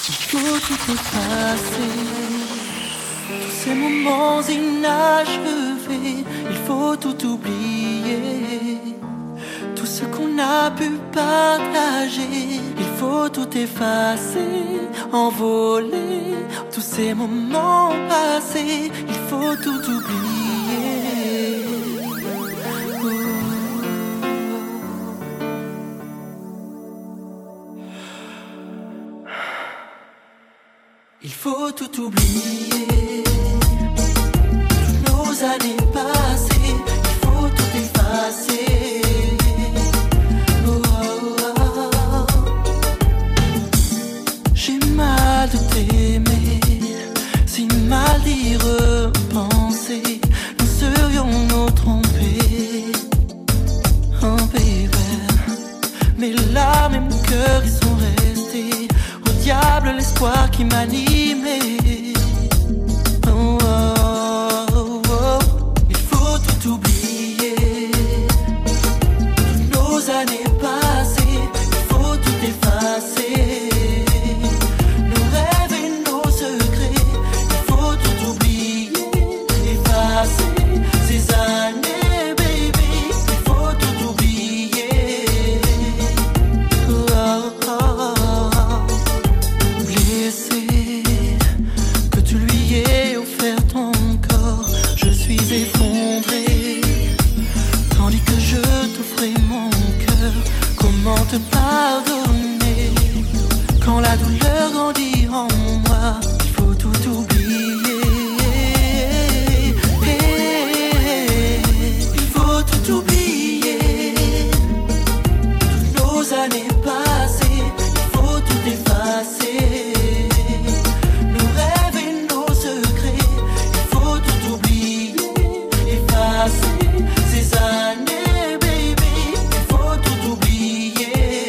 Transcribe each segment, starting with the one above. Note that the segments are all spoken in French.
faut tout effacer. Tous ces moments inachevés, il faut tout oublier. Tout ce qu'on a pu partager, il faut tout effacer, envoler. Tous ces moments passés, il faut tout oublier. Il faut tout oublier. Toutes nos années passées, il faut tout effacer. J'ai mal de t'aimer, si mal d'y repenser, nous serions-nous trompés. Oh baby, mes larmes et mon cœur y sont restés. Au diable l'espoir qui m'animait. Oh, oh, oh, oh. Il faut tout oublier. Toutes nos années passées, il faut tout effacer. Nos rêves et nos secrets, il faut tout oublier. Effacer ces années, baby, il faut tout oublier. Oh, oh, oh. Blessé, que tu lui aies offert ton corps, je suis effondré, tandis que je t'offrais mon cœur. Comment te pardonner quand la douleur grandit en moi? Il faut tout oublier. Il faut tout oublier. Toutes nos années passées, il faut tout effacer. Nos rêves et nos secrets, il faut tout oublier. Effacer ces années, baby, il faut tout oublier.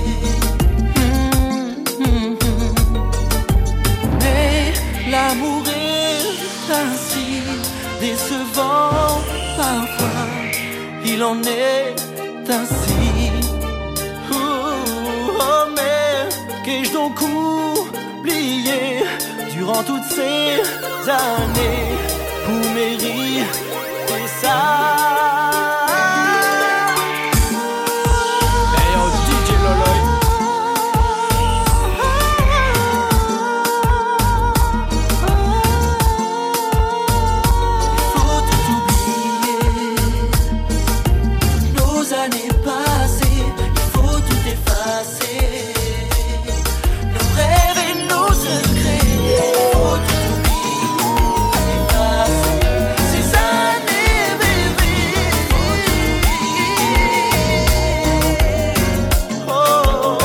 Mais l'amour est ainsi décevant parfois, il en est ainsi. Oh, mais qu'ai-je donc oublié durant toutes ces années pour mériter ça? Hey yo, DJ Loloy. Il faut tout oublier. Nos années passées, il faut tout effacer. Nos rêves et nos secrets, il faut tout oublier. Effacer ces années, baby, il faut tout oublier. Oh.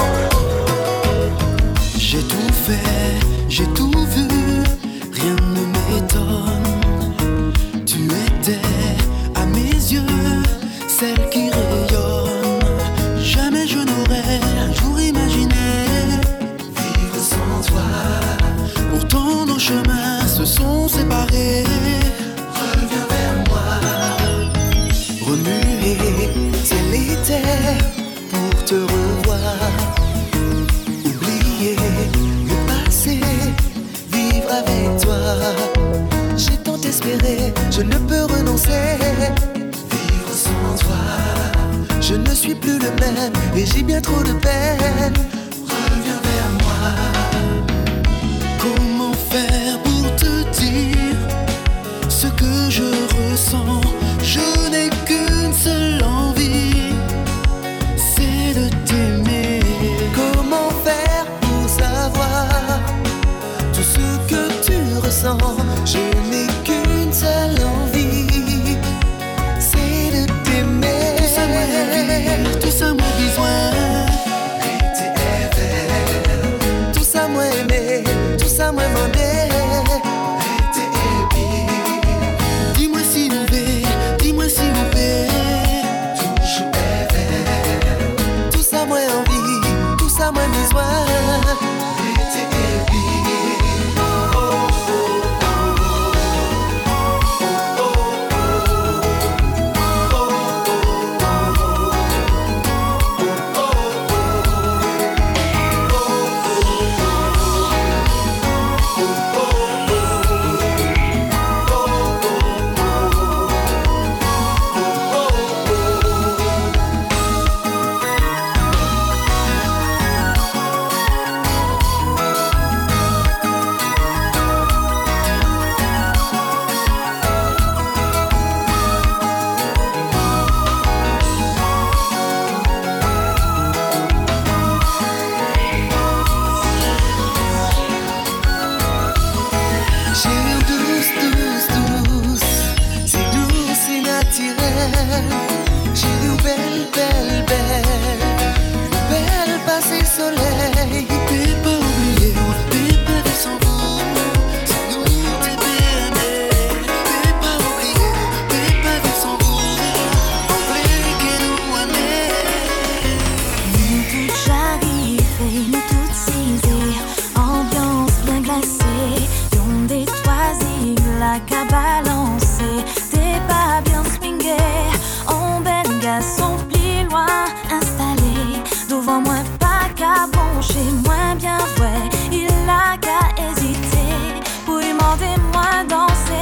J'ai tout fait, j'ai tout vu, rien ne m'étonne. Tu étais à mes yeux celle qui rayonne. Jamais je n'aurais un jour imaginé vivre sans toi. Pourtant nos chemins se sont séparés. Reviens vers moi, remuer ciel et terre pour te revoir. Oublier le passé, vivre avec toi. J'ai tant espéré, je ne peux renoncer. Vivre sans toi, je ne suis plus le même et j'ai bien trop de peine. Reviens vers moi. Comment faire pour te dire ce que je ressens? Je n'ai qu'une seule envie, c'est de t'aimer. Comment faire pour savoir tout ce que tu ressens? Je n'ai qu'une seule envie, c'est de t'aimer. Tout ça moi envie, tout ça moi besoin. Tout ça moi aimer, tout ça moi demander. Dis-moi s'il vous plaît, dis-moi s'il vous plaît. Tout ça moi envie, tout ça moi besoin. Crois-moi pas qu'à pencher moins bien, ouais. Il a qu'à hésiter pour demander moi danser.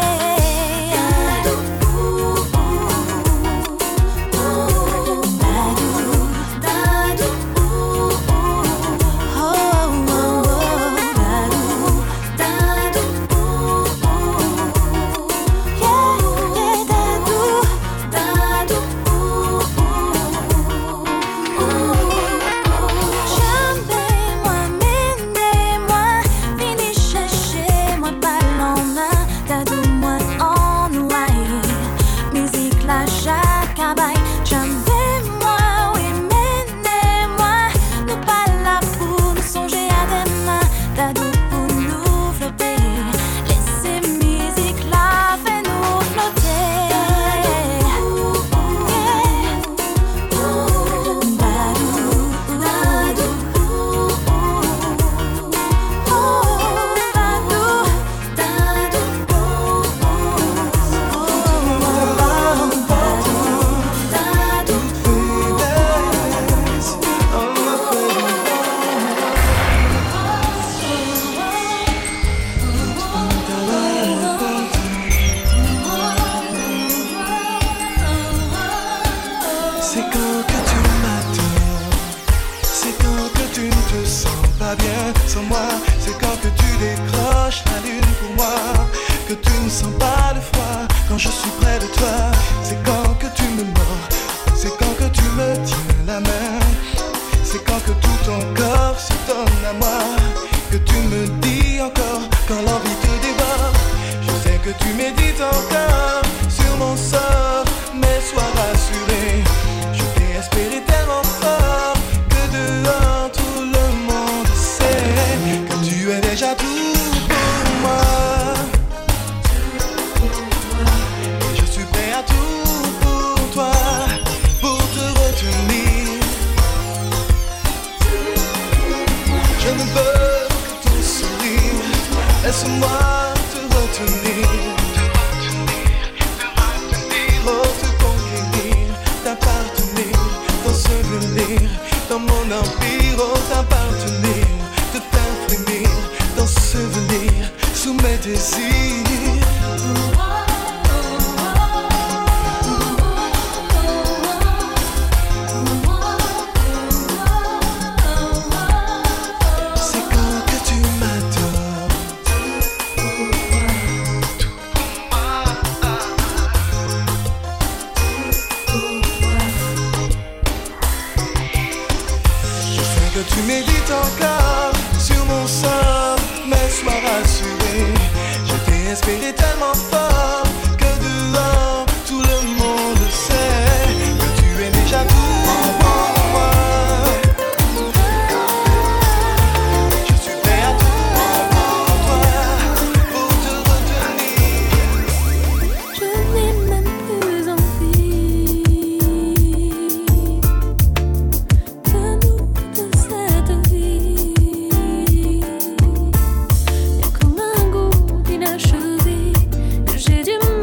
J'ai du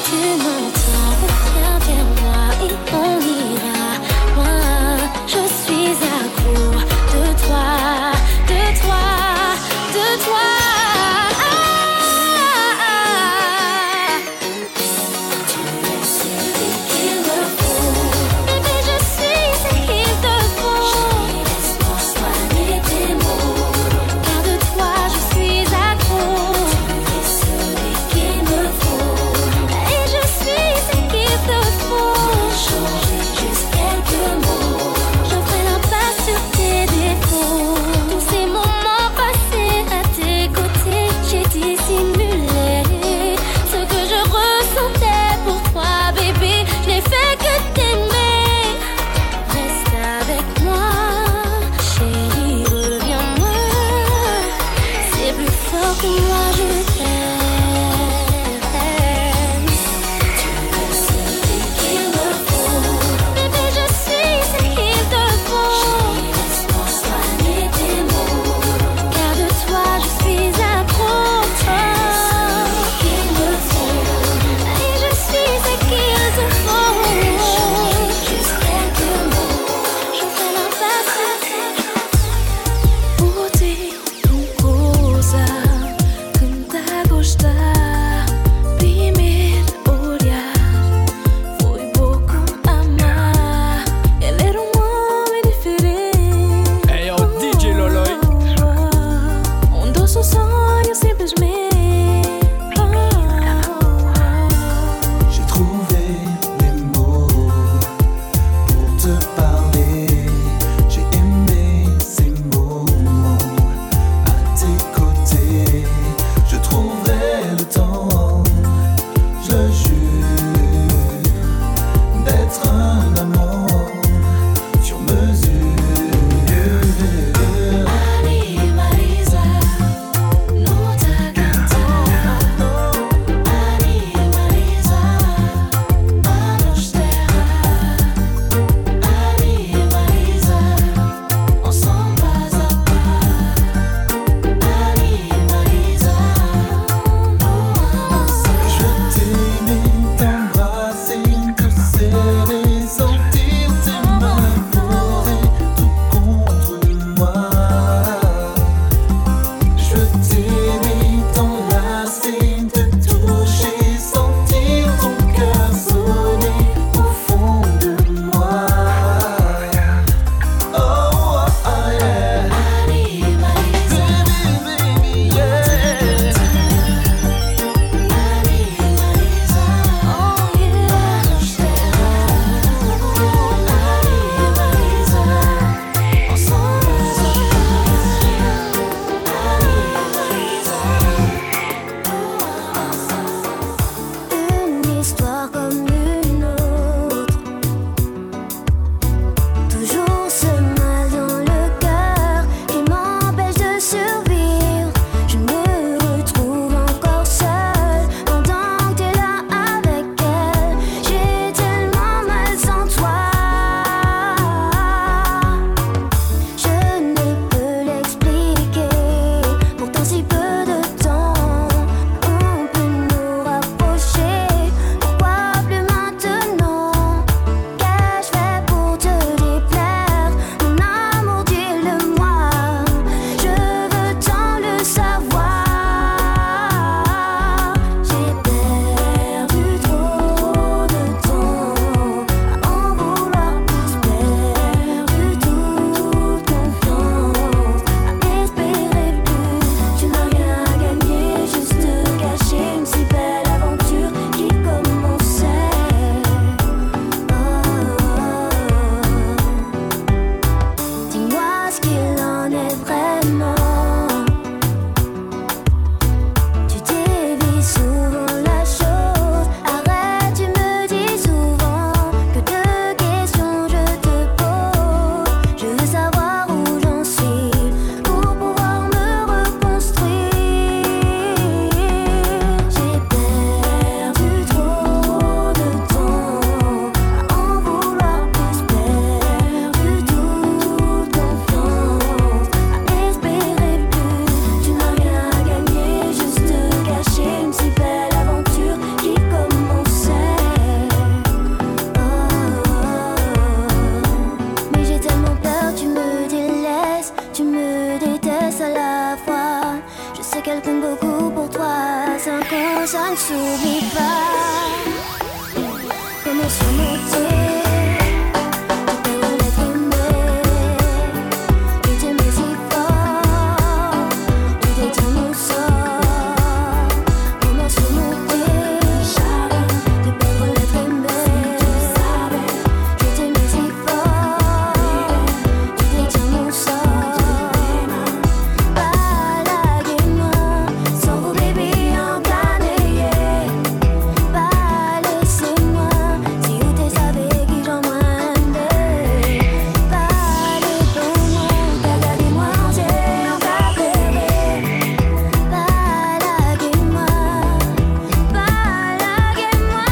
tu m'entends, viens vers moi et on ira loin. Je suis accro de toi, de toi, de toi. Tu es celui qu'il me faut. Bébé, je suis ce qu'il te faut. Chérie, laisse-moi soigner tes mots. Car de toi, je suis accro. Tu es celui qu'il me faut. Et je suis ce qu'il te faut. Changer ça ne s'oublie pas. Comment surmonter tes peurs d'être aimé, de t'aimer si fort, tu détiens mon sort. Comment surmonter tes peurs d'être aimé, de t'aimer si fort, tu détiens mon sort. Balaguez-moi sans vos bébés en caneye. Laissez-moi si vous savez qui j'en mande. Parlez pour moi, regardez-moi, j'ai un bébé. Balaguez-moi, balaguez-moi.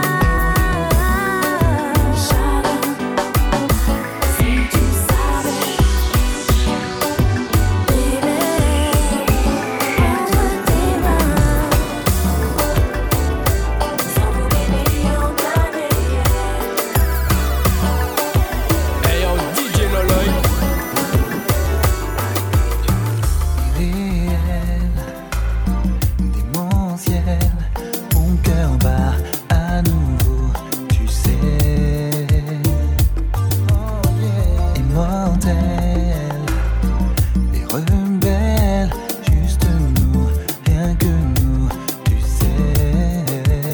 Si tu savais, bébé, entre tes mains. Sans vos bébés en caneye. Hey yo, DJ Loloy. Irréel, démentiel, mon cœur bat à nouveau, tu sais. Immortel et rebelle, juste nous, rien que nous, tu sais.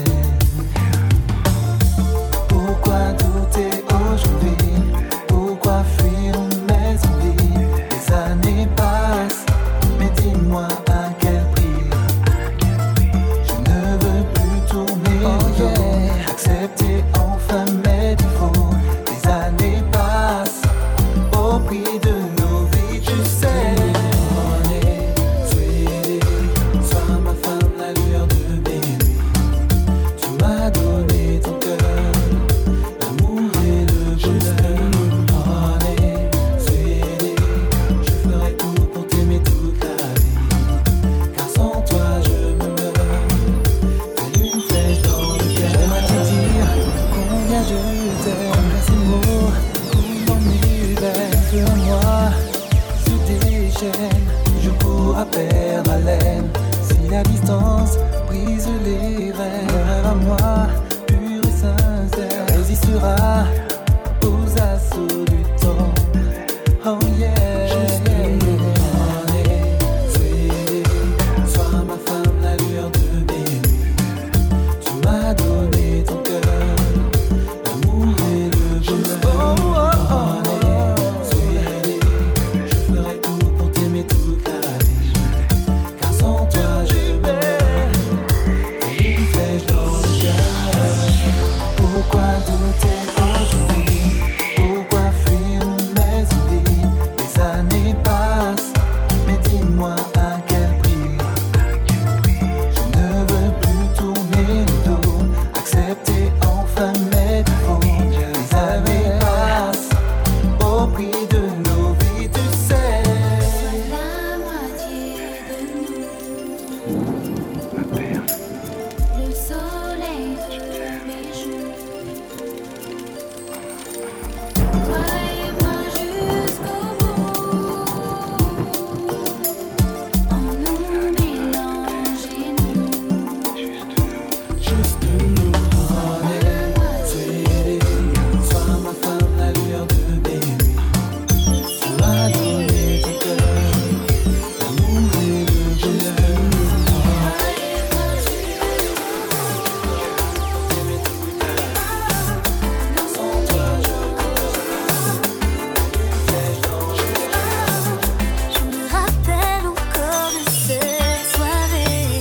Pourquoi douter aujourd'hui? Pourquoi fuir mes envies? Les années passent, mais dis-moi à quel prix? Je ne veux plus tourner le dos, accepter enfin mes défauts. Les années passent au prix de nos vies, tu sais. Honey, sweetie, sois ma femme, la lueur de mes nuits. Tu m'as donné ton cœur, l'amour et le bonheur. Honey, sweetie, je ferai tout pour t'aimer toute la vie. Car sans toi je me meurs, t'es une flèche dans le cœur. J'aimerais te dire combien je t'aime. Ces mots coulent dans mes veines. Sur moi se déchaîne, je cours à perdre haleine. Si la distance brise les rêves, mon rêve à moi, pur et sincère, résistera aux assauts du temps. Oh yeah. Honey, sweetie, sois ma femme, la lueur de mes nuits. Tu m'as donné ton cœur, l'amour et le bonheur. Honey, sweetie, je ferai tout pour t'aimer toute la vie. Car sans toi je meurs, t'es une flèche dans le cœur. Pourquoi douter aujourd'hui? Pourquoi fuir mes envies? Les années passent, mais dis-moi à quel prix? Je ne veux plus tourner le dos, accepter enfin mes défauts. Les années passent au prix de nos vies, tu sais. La moitié de nous, le soleil de mes jours. Toi et moi jusqu'au bout, en nous mélangeant nous. Juste nous. Honey, sweetie, sois ma femme, la lueur de mes nuits. Tu m'as donné ton cœur, l'amour et le bonheur. Sans toi Je me rappelle encore de cette soirée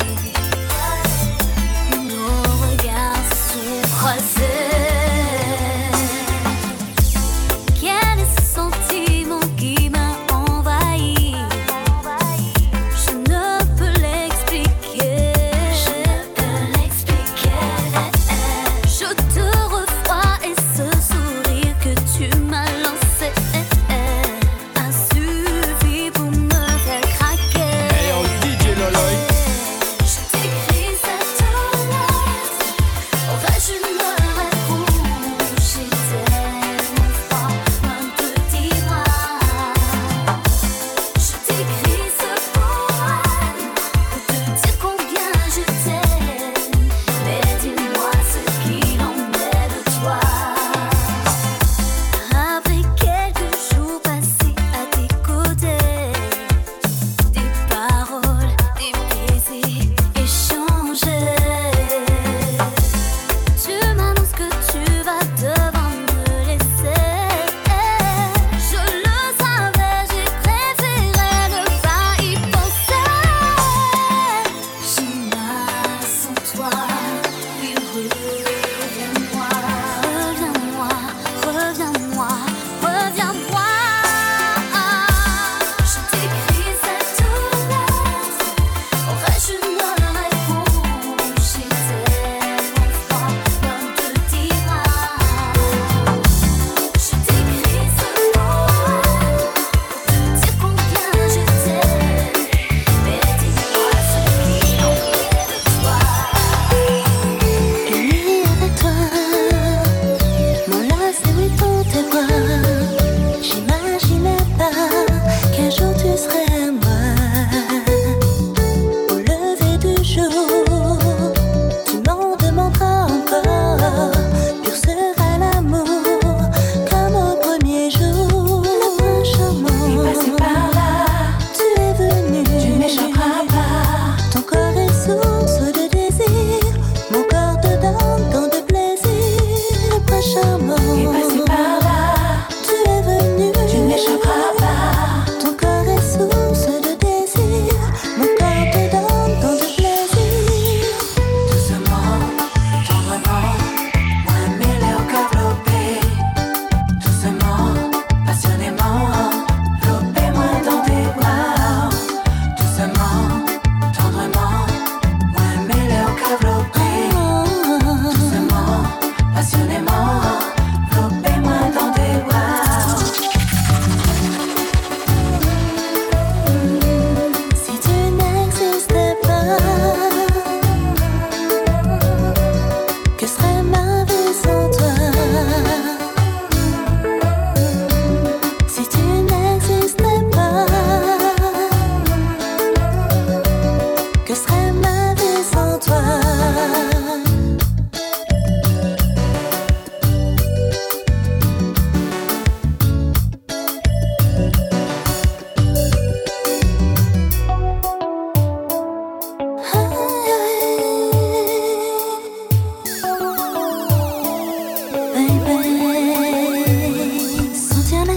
où nos regards se sont croisés. Quel est ce sentiment qui m'a envahi? Je ne peux l'expliquer. Je te revois et ce sourire que tu m'as lancé a suffi pour me faire craquer. Hey yo, DJ Loloy. Je t'écris cette lettre, aurais-je une réponse? J'étais mon froid, loin de tes bras. Je t'écris ce poème pour te dire combien je t'aime.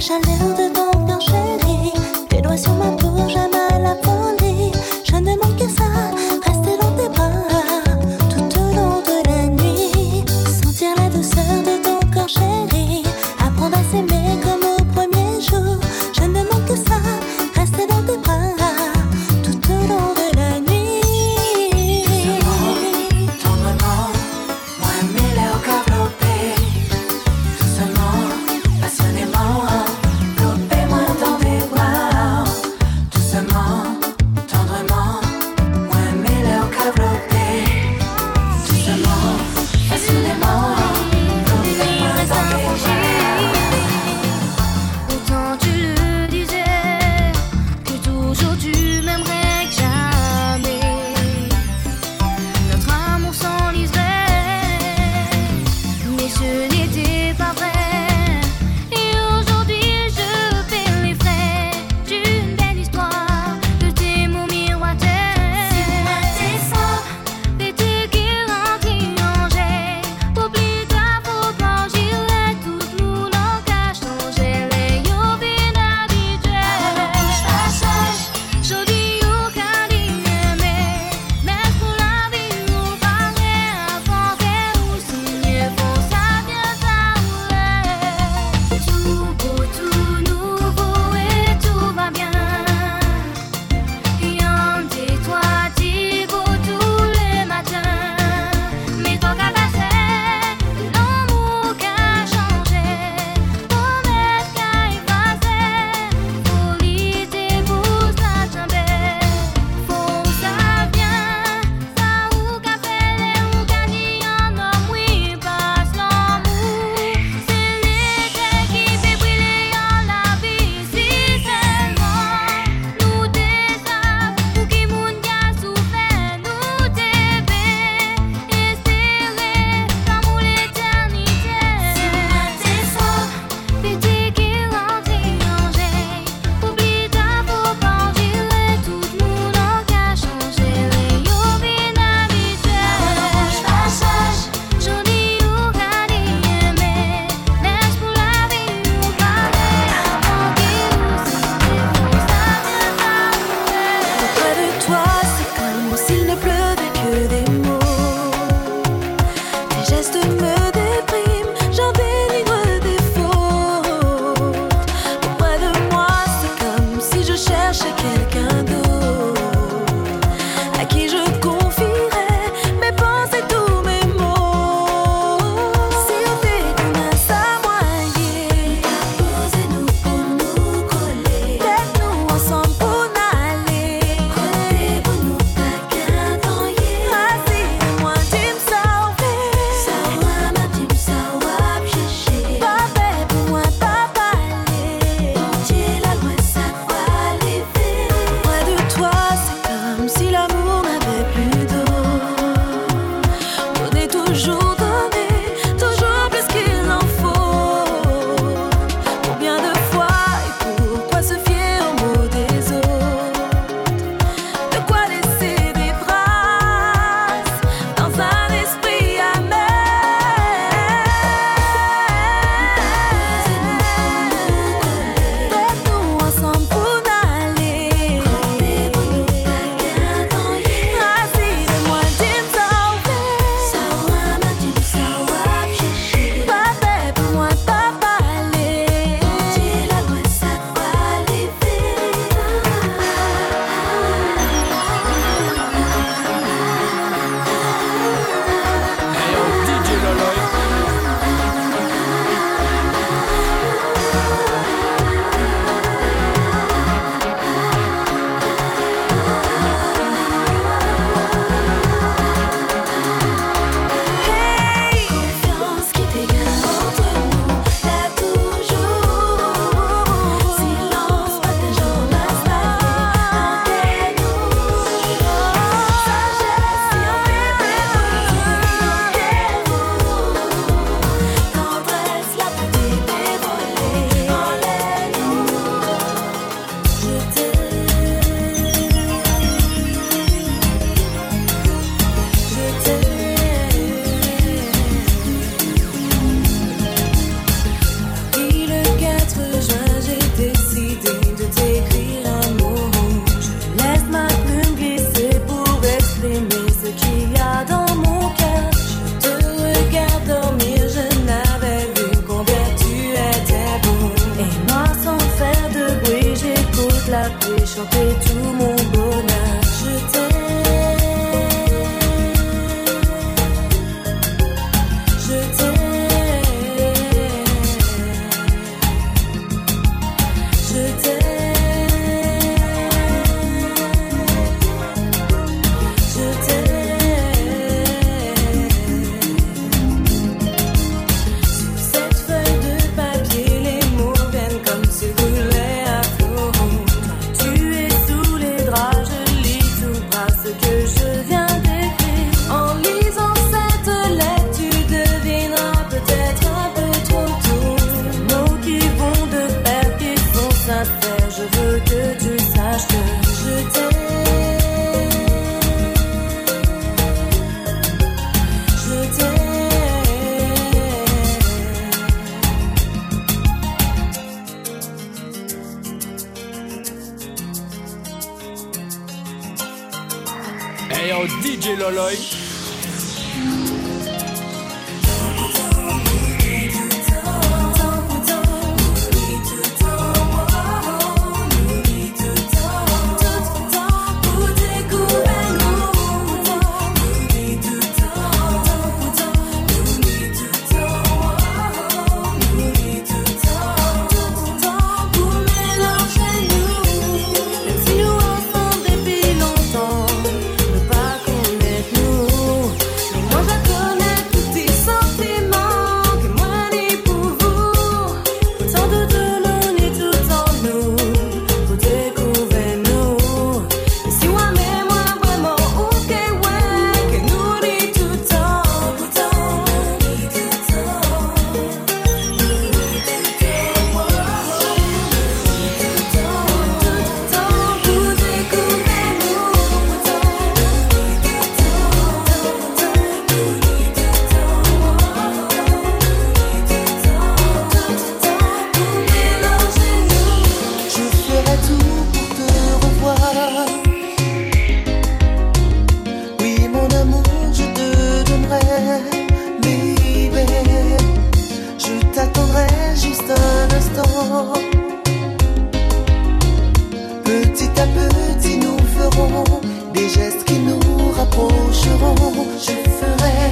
chaleur de ton cœur chéri, tes doigts sur ma peau, j'aime à la folie. Je ne demande que ça, rester dans tes bras tout au long de la nuit. Sentir la douceur de ton corps chéri, apprendre à s'aimer comme au premier jour. Je ne demande que ça, rester dans tes bras tout au long de la nuit. Doucement, tendrement, moi aimer l'air enveloppé. Doucement, passionnément, enveloppez-moi dans tes bras. Doucement, tendrement, moi aimer l'air enveloppé. Doucement, passionnément, enveloppez-moi dans tes bras. Autant tu le disais, que toujours tu m'aimerais que jamais. Notre amour s'enliserait, mais ce n'était pas vrai. Et aujourd'hui je paie les frais d'une belle histoire de tes mots miroitaires. C'est ça, l'été qui remplit Angers. Oublie-toi, faut pas girer tout nous l'en cache. Angers, les yobines habituelles. Passage, joli au calimé. Mais pour la vie, nous parler avant qu'elle nous signe. Faut ça bien s'avouer. Tout beau, tout nouveau et tout va bien. Rien de toi, dit beau tous les matins. Mais toi qu'à passer, l'amour qu'a changé. Promesse qu'a effacé, folie t'épouse la chambée. Faut ça vient, ça ou qu'a fait les ou qu'a dit un homme, oui, passe l'amour. C'est l'été qui fait briller en la vie, si seulement nous désavons, ou qui moun qu'a souffert, nous t'aimer, espérer l'amour l'éternité. C'est ça, l'été qui remplit Angers. Oublie-toi, faut pas girer tout le monde en qu'a changé. Les yobines habituelles. Passage, joli ou calimé. Laisse pour la vie nous parler avant qu'il nous signe. Faut ça bien s'avouer. Près de toi, c'est comme s'il ne pleuvait que des mots. Tes gestes me dépriment, j'en dénigre des fautes. Auprès de moi, c'est comme si je cherchais quelqu'un d'autre, à qui je confierais mes pensées, tous mes mots. Si on fait comme un samoyer, posez-nous pour nous coller. Laisse-nous ensemble pour n'aller. Côté pour nous pas qu'un temps. Assis, moi, tu me sauves. Hey yo, DJ Loloy. Petit à petit nous ferons des gestes qui nous rapprocheront. Je ferai,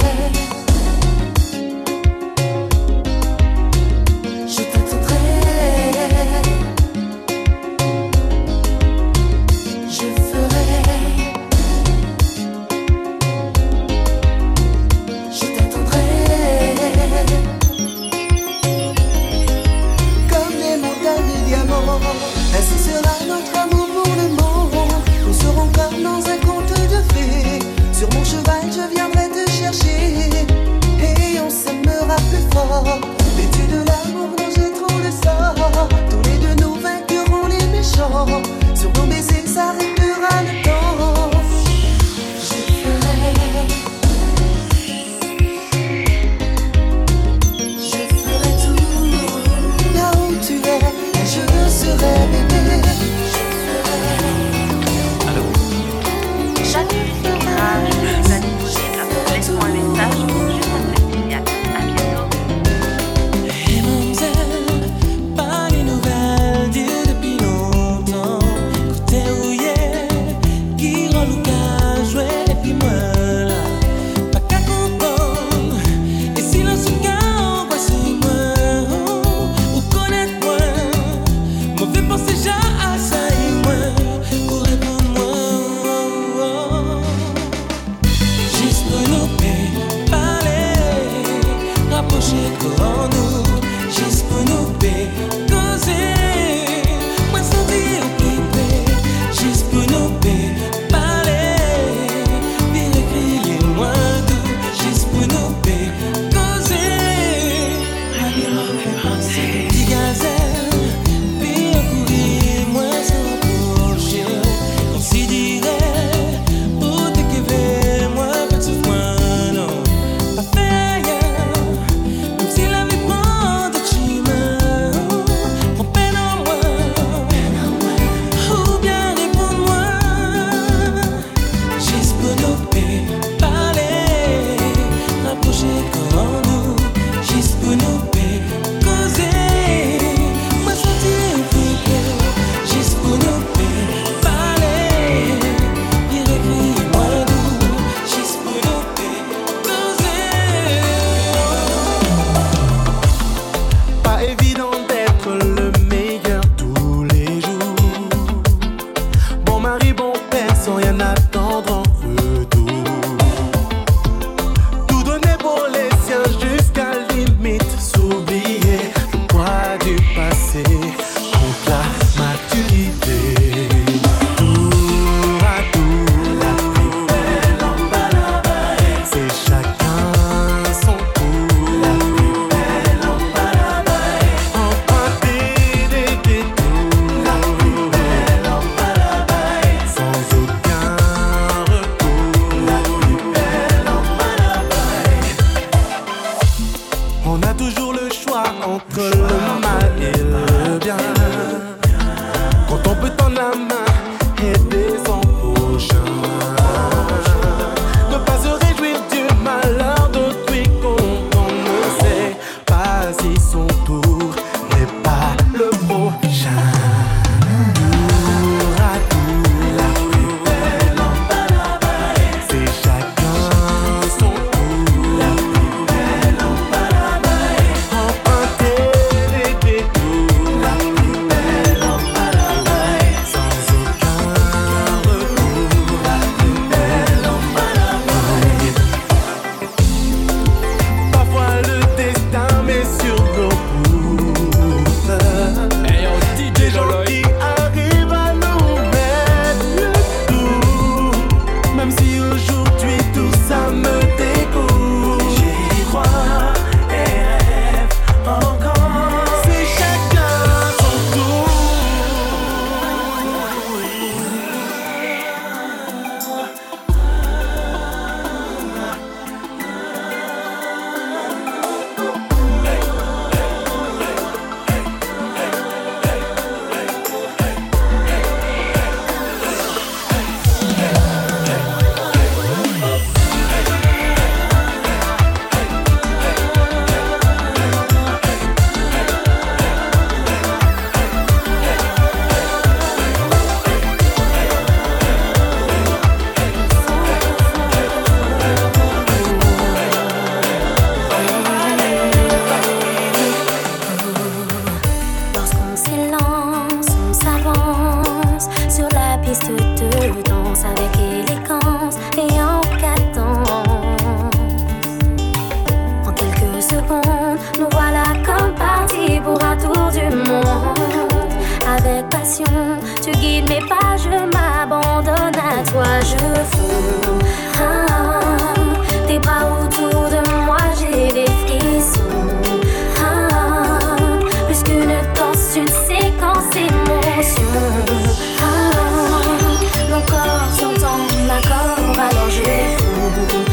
je t'attendrai, je ferai, je t'attendrai. Comme des montagnes de diamants, ainsi sera notre amour pour le monde. Nous serons comme dans un conte de fées. Sur mon cheval je viendrai On a toujours le choix entre le mal et le bien. Quand on peut tendre la main, aider son prochain. Ne pas se réjouir du malheur d'autrui quand on ne sait pas si son tour n'est pas le prochain. Tour à tour, la plus belle en Balabae. C'est chacun son tour, la plus belle en Balabae. Emprunter des détours, la plus belle en Balabae. Sans aucun recours, la plus belle en Balabae. Parfois le destin met sur nos routes Hey yo, des DJ gens Loloy. qui arrivent à nous mettre le tout. Même si aujourd'hui tout ça me dégoûte, j'y crois et rêve encore. C'est chacun son tour. Lorsqu'on s'élance, on s'avance sur la piste de danse avec élégance et en cadence. En quelques secondes, nous voilà comme partis pour un tour du monde. Avec passion, tu guides mes pas, je m'abandonne à toi, je fonds. Tes bras autour de moi, j'ai des frissons. Plus qu'une danse, une séquence d'émotions. Nos corps sont en accord, alors je fonds.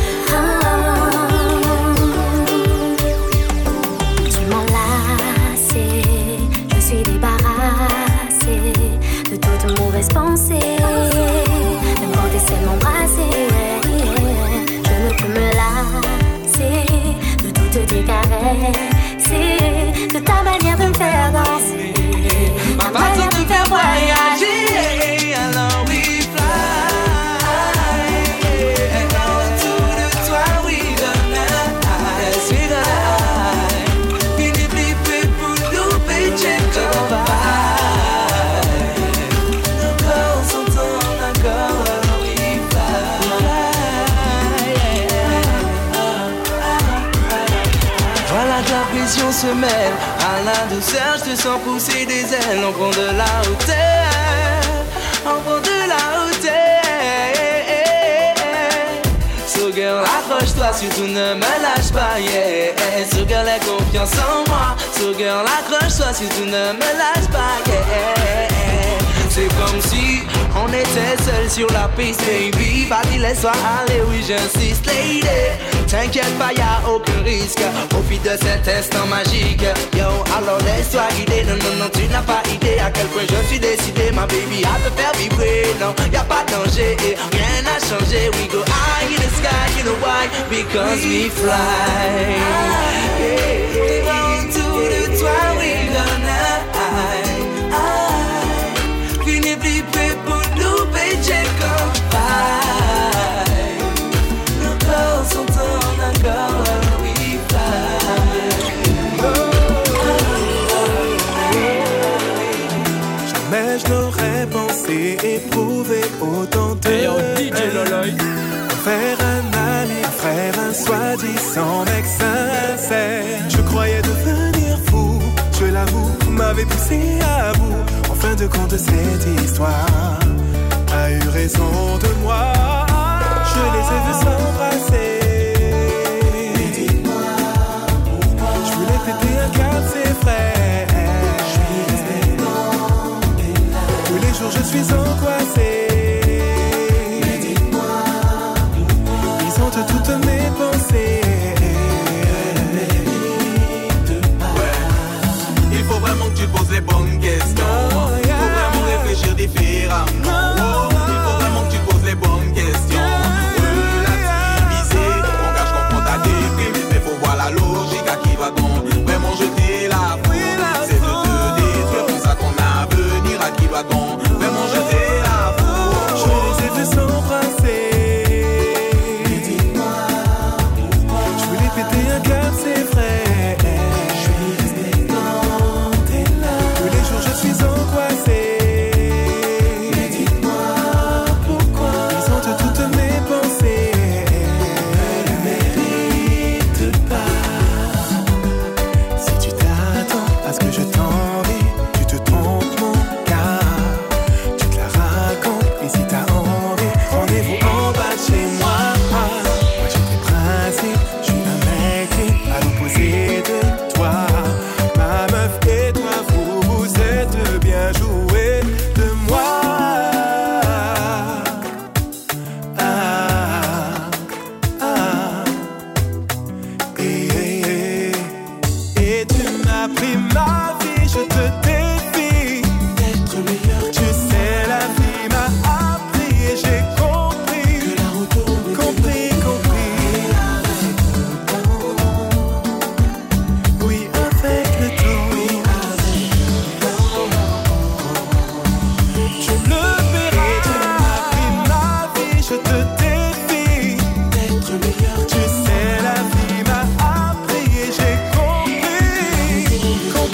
Tu m'enlaces, je suis débarrassée de toute mauvaise pensée. Même quand t'essaies de m'embrasser, je ne peux me lasser de toutes tes caresses, de ta manière de me faire danser, Ma façon de faire voyager, alors we fly. Autour de toi, we gonna hide, we gonna hide. Fini flipper pour louper, check your vibe. Nos corps sont en accord, alors we fly. Voilà que la pression se mêle à la douceur, je te sens pousser des ailes. On prend de la hauteur, on prend de la hauteur. So girl, accroche-toi, surtout ne me lâche pas, yeah. So girl, aie confiance en moi. So girl, accroche-toi, surtout ne me lâche pas, yeah. C'est comme si on était seul sur la piste, baby. Vas-y, laisse-toi aller, oui, j'insiste, lady. T'inquiète pas, y'a aucun risque. Profite de cet instant magique. Yo, alors laisse-toi guider. Non, non, non, tu n'as pas idée à quel point je suis décidé, ma baby, à te faire vibrer. Non, y'a pas de danger, et rien n'a changé. We go high in the sky, you know why? Because we fly. Tes bras autour de toi, we gonna hide. Fini flipper pour louper, check on fire. Nos corps sont en accord, we fly. Jamais je n'aurais pensé éprouver autant de Hey yo, DJ Loloy. faire un ami, un frère, un soi-disant mec sincère. Je croyais devenir fou, je l'avoue, m'avait poussé à bout. En fin de compte, cette histoire a eu raison de moi. Je les ai vus s'embrasser. Mais dis-moi pourquoi. Je voulais péter un câble, c'est vrai. Je suis resté dans tes larmes. Tous les jours, je suis angoissé. Mais dis-moi pourquoi. Ils ont toutes mes pensées. appris ma vie, je te défie d'être meilleur. Tu sais, la vie m'a appris et j'ai compris que la route compris. Oui, avec le temps. Tu le verras. Tu as appris ma vie, je te défie d'être meilleur. Tu sais, la vie m'a appris et j'ai compris.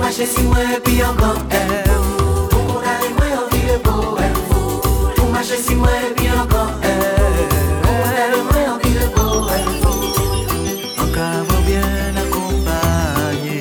marcher si moi puis encore elle. Pour aller moi en ville pour elle. Pour marcher si moi puis encore elle. Pour aller moi en ville pour elle. Encore bien accompagné.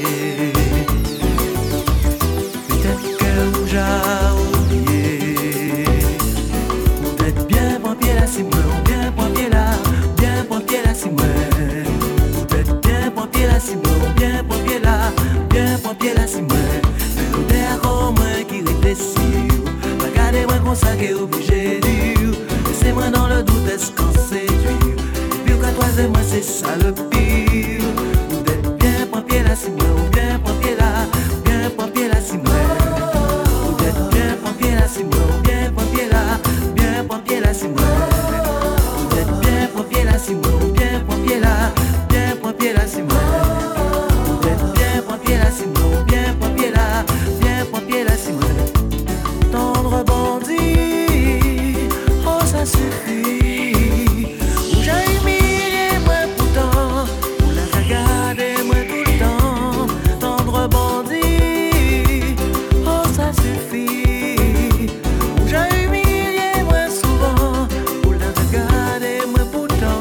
Peut-être que j'ai oublié. Peut-être bien pour pied là si moi, bien pour pied là, bien pour pied là si moi. Peut-être bien pour pied là si moi, bien pour pied là, bien pour pied là si moi. Mais l'odeur comme moi qui réfléchit. Regardez-moi comme ça qui est obligé de dire. Laissez-moi dans le doute, est-ce qu'on séduit? Et puis qu'à toi et moi c'est ça le pire. Vous êtes bien pour pied là si moi, ou bien pour pied là, bien pour pied là si moi. Vous êtes bien pour pied là si moi, ou bien pour pied là, bien pour pied là si moi. Vous êtes bien pour pied là si moi, ou bien pour pied là, bien pour pied là si moi. Vous êtes bien pour pied là si moi, ou bien pour pied là, bien pour pied là si moi. Tendre bandit, oh ça suffit. Où j'ai humilié moi pourtant, où la regarder moi tout le temps. Tendre bandit, oh ça suffit. Où j'ai humilié moi souvent, où la regarder moi pourtant.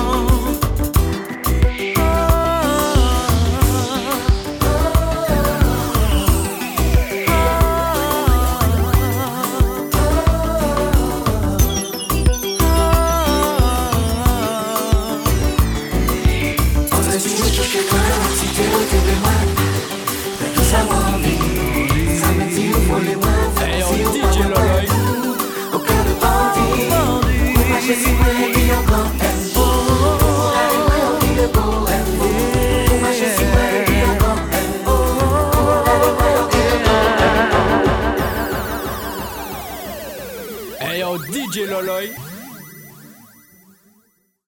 Hey yo, DJ Loloy. Hey yo, DJ Loloy.